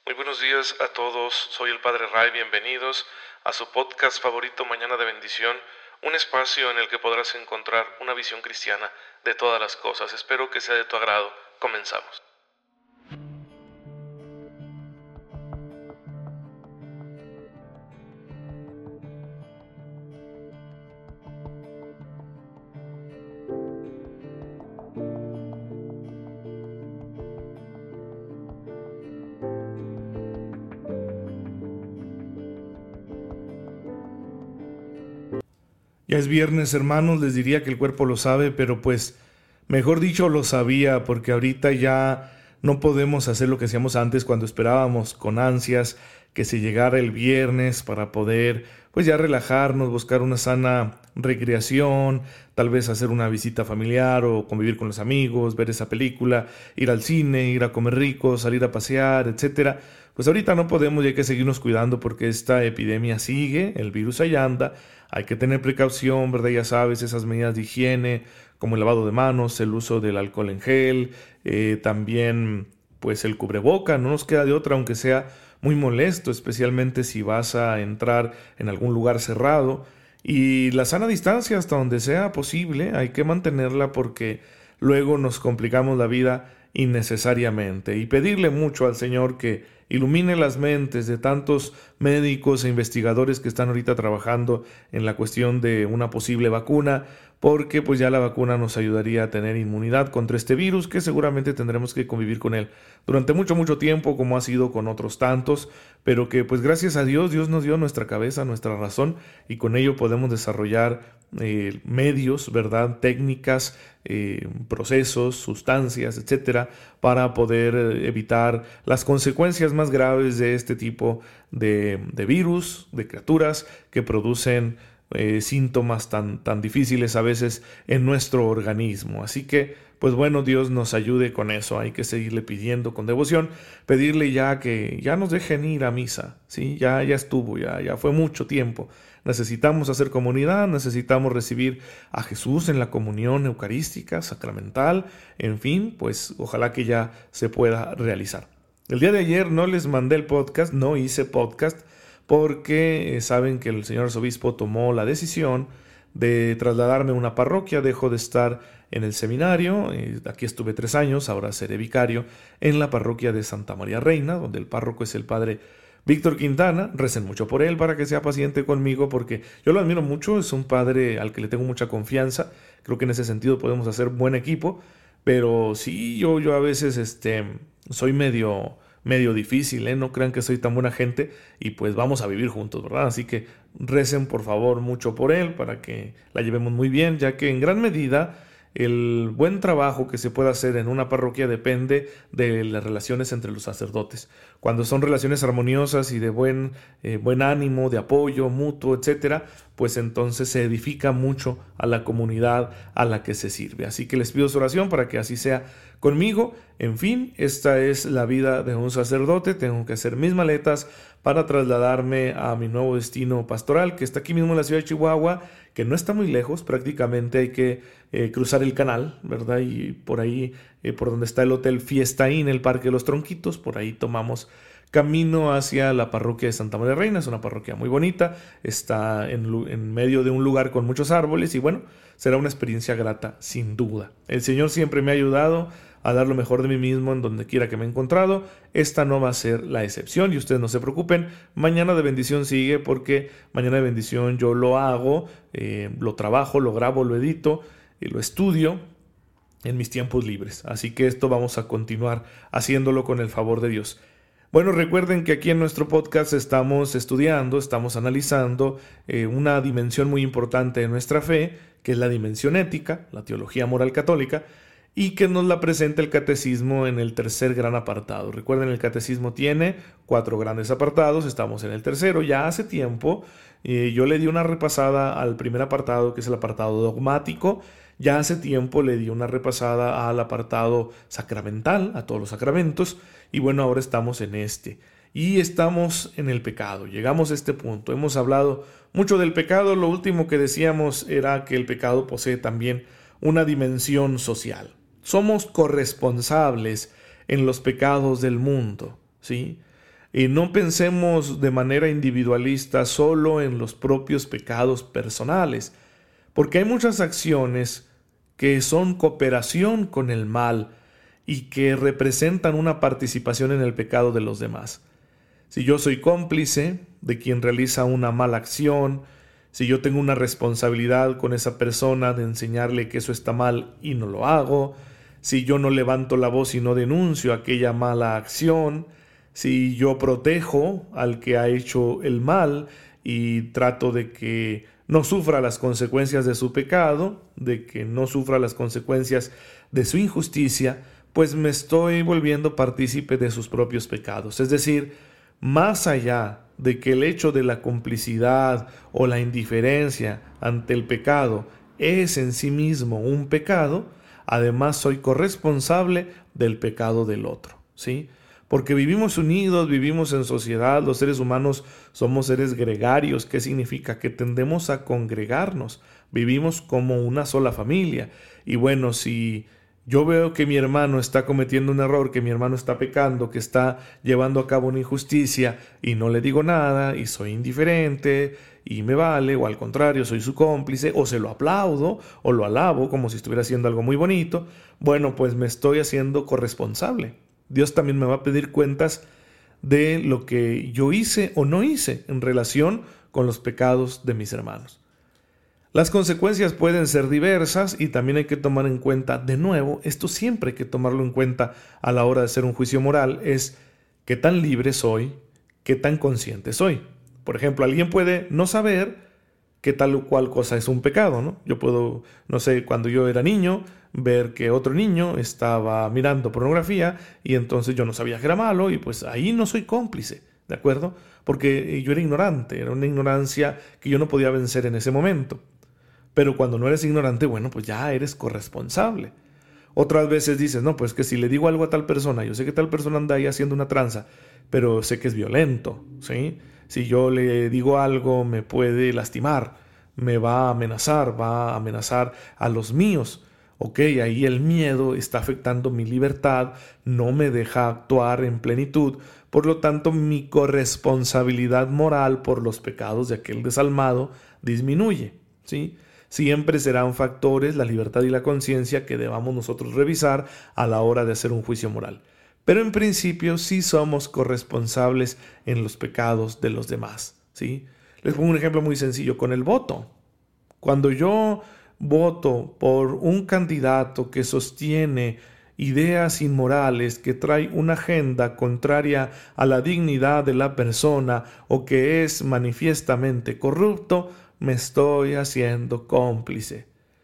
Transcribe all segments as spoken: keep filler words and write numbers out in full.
Muy buenos días a todos, soy el Padre Ray, bienvenidos a su podcast favorito Mañana de Bendición, un espacio en el que podrás encontrar una visión cristiana de todas las cosas. Espero que sea de tu agrado. Comenzamos. Ya es viernes, hermanos, les diría que el cuerpo lo sabe, pero pues, mejor dicho, lo sabía, porque ahorita ya no podemos hacer lo que hacíamos antes cuando esperábamos con ansias que se llegara el viernes para poder, pues ya relajarnos, buscar una sana recreación, tal vez hacer una visita familiar o convivir con los amigos, ver esa película, ir al cine, ir a comer rico, salir a pasear, etcétera. Pues ahorita no podemos y hay que seguirnos cuidando porque esta epidemia sigue, el virus ahí anda. Hay que tener precaución, ¿verdad? Ya sabes, esas medidas de higiene, como el lavado de manos, el uso del alcohol en gel, eh, también pues el cubreboca, no nos queda de otra, aunque sea muy molesto, especialmente si vas a entrar en algún lugar cerrado. Y la sana distancia hasta donde sea posible, hay que mantenerla porque luego nos complicamos la vida innecesariamente. Y pedirle mucho al Señor que ilumine las mentes de tantos médicos e investigadores que están ahorita trabajando en la cuestión de una posible vacuna, porque pues ya la vacuna nos ayudaría a tener inmunidad contra este virus que seguramente tendremos que convivir con él durante mucho mucho tiempo, como ha sido con otros tantos, pero que pues gracias a Dios, Dios nos dio nuestra cabeza, nuestra razón, y con ello podemos desarrollar eh, medios, ¿verdad? Técnicas, eh, procesos, sustancias, etcétera, para poder eh, evitar las consecuencias más graves de este tipo de, de virus, de criaturas que producen eh, síntomas tan, tan difíciles a veces en nuestro organismo. Así que, pues bueno, Dios nos ayude con eso. Hay que seguirle pidiendo con devoción, pedirle ya que ya nos dejen ir a misa, ¿sí? Ya, ya estuvo, ya, ya fue mucho tiempo. Necesitamos hacer comunidad, necesitamos recibir a Jesús en la comunión eucarística, sacramental, en fin, pues ojalá que ya se pueda realizar. El día de ayer no les mandé el podcast, no hice podcast, porque eh, saben que el señor arzobispo tomó la decisión de trasladarme a una parroquia. Dejo de estar en el seminario, eh, aquí estuve tres años, ahora seré vicario en la parroquia de Santa María Reina, donde el párroco es el padre Víctor Quintana. Recen mucho por él para que sea paciente conmigo porque yo lo admiro mucho, es un padre al que le tengo mucha confianza, creo que en ese sentido podemos hacer buen equipo, pero sí, yo, yo a veces este, soy medio, medio difícil, ¿eh? No crean que soy tan buena gente y pues vamos a vivir juntos, ¿verdad? Así que recen por favor mucho por él para que la llevemos muy bien, ya que en gran medida el buen trabajo que se puede hacer en una parroquia depende de las relaciones entre los sacerdotes. Cuando son relaciones armoniosas y de buen, eh, buen ánimo, de apoyo mutuo, etcétera, pues entonces se edifica mucho a la comunidad a la que se sirve. Así que les pido su oración para que así sea conmigo. En fin, esta es la vida de un sacerdote. Tengo que hacer mis maletas para trasladarme a mi nuevo destino pastoral, que está aquí mismo en la ciudad de Chihuahua, que no está muy lejos, prácticamente hay que eh, cruzar el canal, ¿verdad? Y por ahí, eh, por donde está el Hotel Fiesta Inn, el Parque de los Tronquitos, por ahí tomamos camino hacia la parroquia de Santa María Reina. Es una parroquia muy bonita, está en, en medio de un lugar con muchos árboles y bueno, será una experiencia grata sin duda. El Señor siempre me ha ayudado a dar lo mejor de mí mismo en donde quiera que me he encontrado. Esta no va a ser la excepción y ustedes no se preocupen. Mañana de Bendición sigue porque Mañana de Bendición yo lo hago, eh, lo trabajo, lo grabo, lo edito, y lo estudio en mis tiempos libres. Así que esto vamos a continuar haciéndolo con el favor de Dios. Bueno, recuerden que aquí en nuestro podcast estamos estudiando, estamos analizando eh, una dimensión muy importante de nuestra fe, que es la dimensión ética, la teología moral católica, y que nos la presenta el catecismo en el tercer gran apartado. Recuerden, el catecismo tiene cuatro grandes apartados, estamos en el tercero. Ya hace tiempo eh, yo le di una repasada al primer apartado, que es el apartado dogmático. Ya hace tiempo le di una repasada al apartado sacramental, a todos los sacramentos, y bueno, ahora estamos en este. Y estamos en el pecado, llegamos a este punto. Hemos hablado mucho del pecado. Lo último que decíamos era que el pecado posee también una dimensión social. Somos corresponsables en los pecados del mundo, ¿sí? Y no pensemos de manera individualista solo en los propios pecados personales, porque hay muchas acciones que son cooperación con el mal y que representan una participación en el pecado de los demás. Si yo soy cómplice de quien realiza una mala acción, si yo tengo una responsabilidad con esa persona de enseñarle que eso está mal y no lo hago, si yo no levanto la voz y no denuncio aquella mala acción, si yo protejo al que ha hecho el mal y trato de que no sufra las consecuencias de su pecado, de que no sufra las consecuencias de su injusticia, pues me estoy volviendo partícipe de sus propios pecados. Es decir, más allá de que el hecho de la complicidad o la indiferencia ante el pecado es en sí mismo un pecado, además soy corresponsable del pecado del otro, ¿sí? Porque vivimos unidos, vivimos en sociedad, los seres humanos somos seres gregarios. ¿Qué significa? Que tendemos a congregarnos, vivimos como una sola familia. Y bueno, si yo veo que mi hermano está cometiendo un error, que mi hermano está pecando, que está llevando a cabo una injusticia y no le digo nada y soy indiferente y me vale, o al contrario, soy su cómplice, o se lo aplaudo o lo alabo como si estuviera haciendo algo muy bonito, bueno, pues me estoy haciendo corresponsable. Dios también me va a pedir cuentas de lo que yo hice o no hice en relación con los pecados de mis hermanos. Las consecuencias pueden ser diversas y también hay que tomar en cuenta, de nuevo, esto siempre hay que tomarlo en cuenta a la hora de hacer un juicio moral, es qué tan libre soy, qué tan consciente soy. Por ejemplo, alguien puede no saber qué tal o cual cosa es un pecado, ¿no? Yo puedo, no sé, cuando yo era niño, ver que otro niño estaba mirando pornografía y entonces yo no sabía que era malo y pues ahí no soy cómplice, ¿de acuerdo? Porque yo era ignorante, era una ignorancia que yo no podía vencer en ese momento. Pero cuando no eres ignorante, bueno, pues ya eres corresponsable. Otras veces dices, no, pues que si le digo algo a tal persona, yo sé que tal persona anda ahí haciendo una tranza, pero sé que es violento, ¿sí? Si yo le digo algo, me puede lastimar, me va a amenazar, va a amenazar a los míos. Ok, ahí el miedo está afectando mi libertad, no me deja actuar en plenitud, por lo tanto mi corresponsabilidad moral por los pecados de aquel desalmado disminuye, ¿sí? Siempre serán factores la libertad y la conciencia que debamos nosotros revisar a la hora de hacer un juicio moral. Pero en principio sí somos corresponsables en los pecados de los demás, ¿sí? Les pongo un ejemplo muy sencillo con el voto. Cuando yo voto por un candidato que sostiene ideas inmorales, que trae una agenda contraria a la dignidad de la persona o que es manifiestamente corrupto, me estoy haciendo cómplice.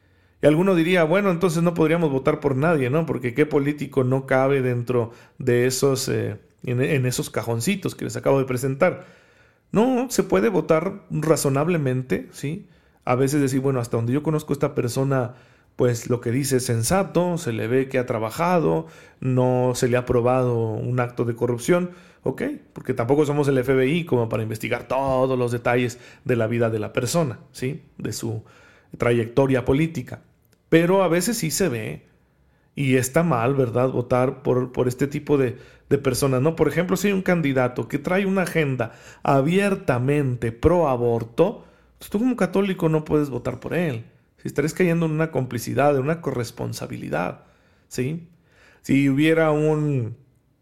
Y alguno diría, bueno, entonces no podríamos votar por nadie, ¿no? Porque qué político no cabe dentro de esos, eh, en, en esos cajoncitos que les acabo de presentar. No, se puede votar razonablemente, ¿sí? A veces decir, bueno, hasta donde yo conozco a esta persona, pues lo que dice es sensato, se le ve que ha trabajado, no se le ha probado un acto de corrupción, ok, porque tampoco somos el F B I como para investigar todos los detalles de la vida de la persona, ¿sí? De su trayectoria política. Pero a veces sí se ve, y está mal, ¿verdad?, votar por, por este tipo de, de personas, ¿no? Por ejemplo, si hay un candidato que trae una agenda abiertamente pro aborto, pues tú como católico no puedes votar por él. Si estarías cayendo en una complicidad, en una corresponsabilidad, ¿sí? Si hubiera un,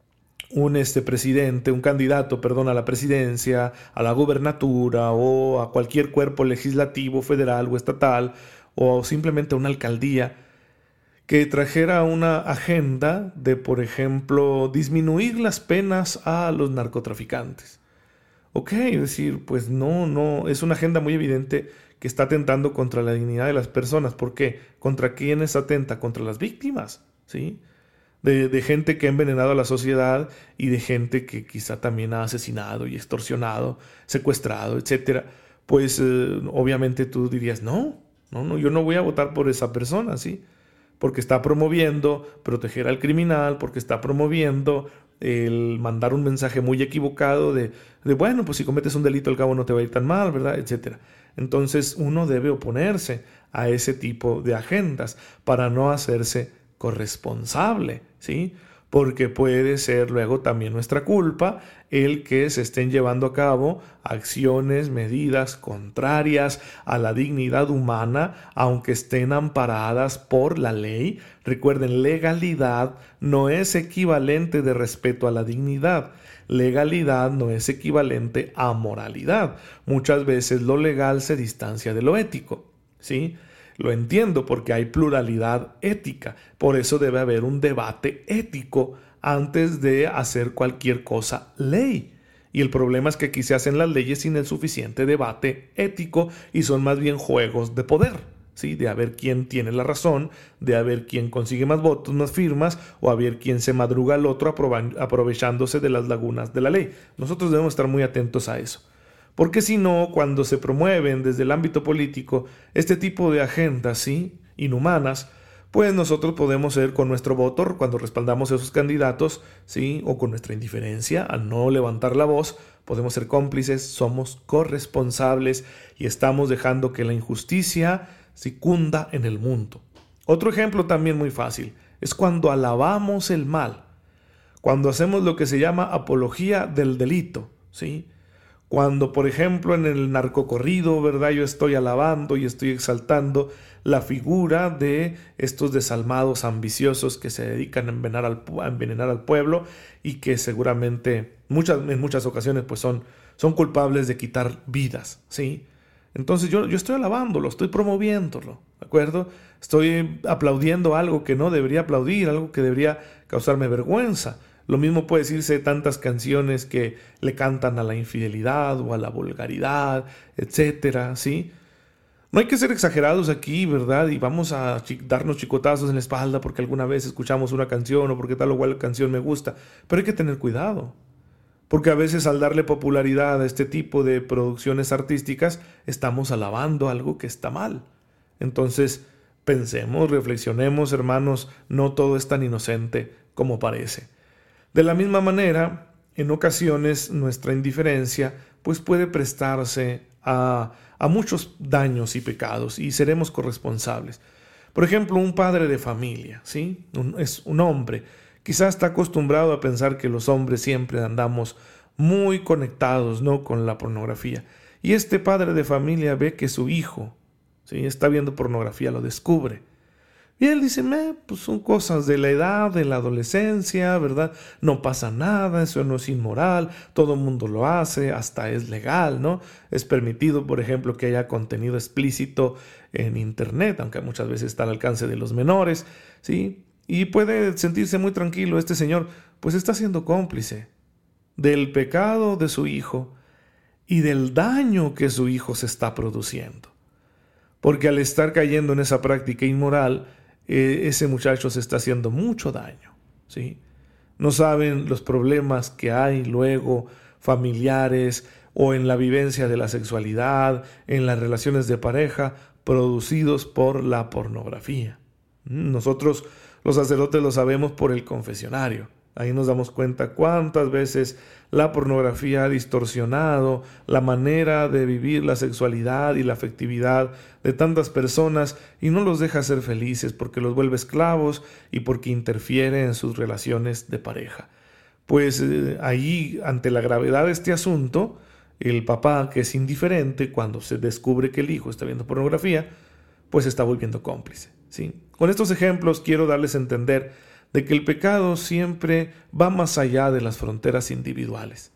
un este presidente, un candidato, perdón, a la presidencia, a la gubernatura o a cualquier cuerpo legislativo, federal o estatal, o simplemente a una alcaldía, que trajera una agenda de, por ejemplo, disminuir las penas a los narcotraficantes. Ok, es decir, pues no, no, es una agenda muy evidente que está atentando contra la dignidad de las personas. ¿Por qué? ¿Contra quiénes atenta? Contra las víctimas, ¿sí? De, de gente que ha envenenado a la sociedad y de gente que quizá también ha asesinado y extorsionado, secuestrado, etcétera. Pues eh, obviamente tú dirías, no, no, no, yo no voy a votar por esa persona, ¿sí? Porque está promoviendo proteger al criminal, porque está promoviendo el mandar un mensaje muy equivocado de, de, bueno, pues si cometes un delito al cabo no te va a ir tan mal, ¿verdad?, etcétera. Entonces uno debe oponerse a ese tipo de agendas para no hacerse corresponsable, ¿sí? porque puede ser luego también nuestra culpa el que se estén llevando a cabo acciones, medidas contrarias a la dignidad humana, aunque estén amparadas por la ley. Recuerden, legalidad no es equivalente de respeto a la dignidad. Legalidad no es equivalente a moralidad. Muchas veces lo legal se distancia de lo ético, ¿sí? Lo entiendo porque hay pluralidad ética, por eso debe haber un debate ético antes de hacer cualquier cosa ley. Y el problema es que aquí se hacen las leyes sin el suficiente debate ético y son más bien juegos de poder, ¿sí? De a ver quién tiene la razón, de a ver quién consigue más votos, más firmas, o a ver quién se madruga al otro aprovechándose de las lagunas de la ley. Nosotros debemos estar muy atentos a eso. Porque si no, cuando se promueven desde el ámbito político este tipo de agendas, ¿sí?, inhumanas, pues nosotros podemos ser con nuestro voto, cuando respaldamos a esos candidatos, ¿sí?, o con nuestra indiferencia al no levantar la voz, podemos ser cómplices, somos corresponsables y estamos dejando que la injusticia se cunda en el mundo. Otro ejemplo también muy fácil es cuando alabamos el mal, cuando hacemos lo que se llama apología del delito, ¿sí? Cuando, por ejemplo, en el narcocorrido, ¿verdad?, yo estoy alabando y estoy exaltando la figura de estos desalmados ambiciosos que se dedican a envenenar al, a envenenar al pueblo y que seguramente muchas, en muchas ocasiones pues son, son culpables de quitar vidas, ¿sí? Entonces yo, yo estoy alabándolo, estoy promoviéndolo, ¿de acuerdo? Estoy aplaudiendo algo que no debería aplaudir, algo que debería causarme vergüenza. Lo mismo puede decirse de tantas canciones que le cantan a la infidelidad o a la vulgaridad, etcétera, ¿sí? No hay que ser exagerados aquí, ¿verdad? Y vamos a chi- darnos chicotazos en la espalda porque alguna vez escuchamos una canción o porque tal o cual canción me gusta. Pero hay que tener cuidado, porque a veces al darle popularidad a este tipo de producciones artísticas estamos alabando algo que está mal. Entonces, pensemos, reflexionemos, hermanos, no todo es tan inocente como parece. De la misma manera, en ocasiones nuestra indiferencia pues puede prestarse a, a muchos daños y pecados y seremos corresponsables. Por ejemplo, un padre de familia, ¿sí? Un, es un hombre. Quizás está acostumbrado a pensar que los hombres siempre andamos muy conectados, ¿no?, con la pornografía. Y este padre de familia ve que su hijo, ¿sí?, está viendo pornografía, lo descubre. Y él dice, me, pues son cosas de la edad, de la adolescencia, ¿verdad? No pasa nada, eso no es inmoral, todo el mundo lo hace, hasta es legal, ¿no? Es permitido, por ejemplo, que haya contenido explícito en internet, aunque muchas veces está al alcance de los menores, ¿sí? Y puede sentirse muy tranquilo este señor, pues está siendo cómplice del pecado de su hijo y del daño que su hijo se está produciendo. Porque al estar cayendo en esa práctica inmoral, eh, ese muchacho se está haciendo mucho daño, ¿sí? No saben los problemas que hay luego familiares o en la vivencia de la sexualidad, en las relaciones de pareja, producidos por la pornografía. Nosotros, los sacerdotes, lo sabemos por el confesionario. Ahí nos damos cuenta cuántas veces la pornografía ha distorsionado la manera de vivir la sexualidad y la afectividad de tantas personas y no los deja ser felices porque los vuelve esclavos y porque interfiere en sus relaciones de pareja. Pues eh, ahí, ante la gravedad de este asunto, el papá, que es indiferente cuando se descubre que el hijo está viendo pornografía, pues se está volviendo cómplice, ¿sí? Con estos ejemplos quiero darles a entender de que el pecado siempre va más allá de las fronteras individuales.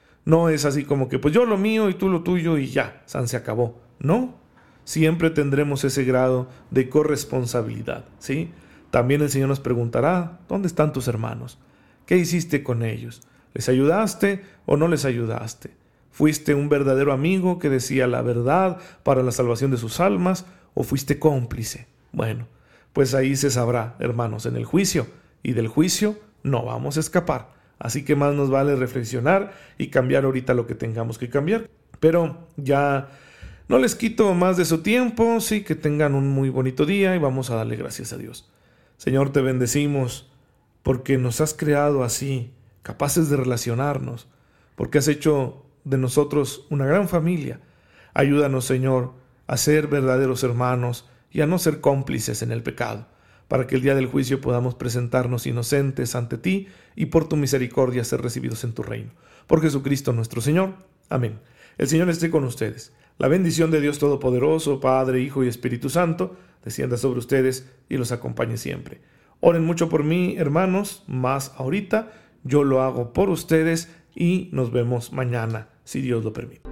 No es así como que pues yo lo mío y tú lo tuyo y ya, san se acabó. No, siempre tendremos ese grado de corresponsabilidad, ¿sí? También el Señor nos preguntará, ¿dónde están tus hermanos? ¿Qué hiciste con ellos? ¿Les ayudaste o no les ayudaste? ¿Fuiste un verdadero amigo que decía la verdad para la salvación de sus almas o fuiste cómplice? Bueno, pues ahí se sabrá, hermanos, en el juicio, y del juicio no vamos a escapar. Así que más nos vale reflexionar y cambiar ahorita lo que tengamos que cambiar. Pero ya no les quito más de su tiempo, sí, que tengan un muy bonito día y vamos a darle gracias a Dios. Señor, te bendecimos porque nos has creado así, capaces de relacionarnos, porque has hecho de nosotros una gran familia. Ayúdanos, Señor, a ser verdaderos hermanos y a no ser cómplices en el pecado, para que el día del juicio podamos presentarnos inocentes ante ti y por tu misericordia ser recibidos en tu reino. Por Jesucristo nuestro Señor. Amén. El Señor esté con ustedes. La bendición de Dios Todopoderoso, Padre, Hijo y Espíritu Santo, descienda sobre ustedes y los acompañe siempre. Oren mucho por mí, hermanos, más ahorita. Yo lo hago por ustedes y nos vemos mañana, si Dios lo permite.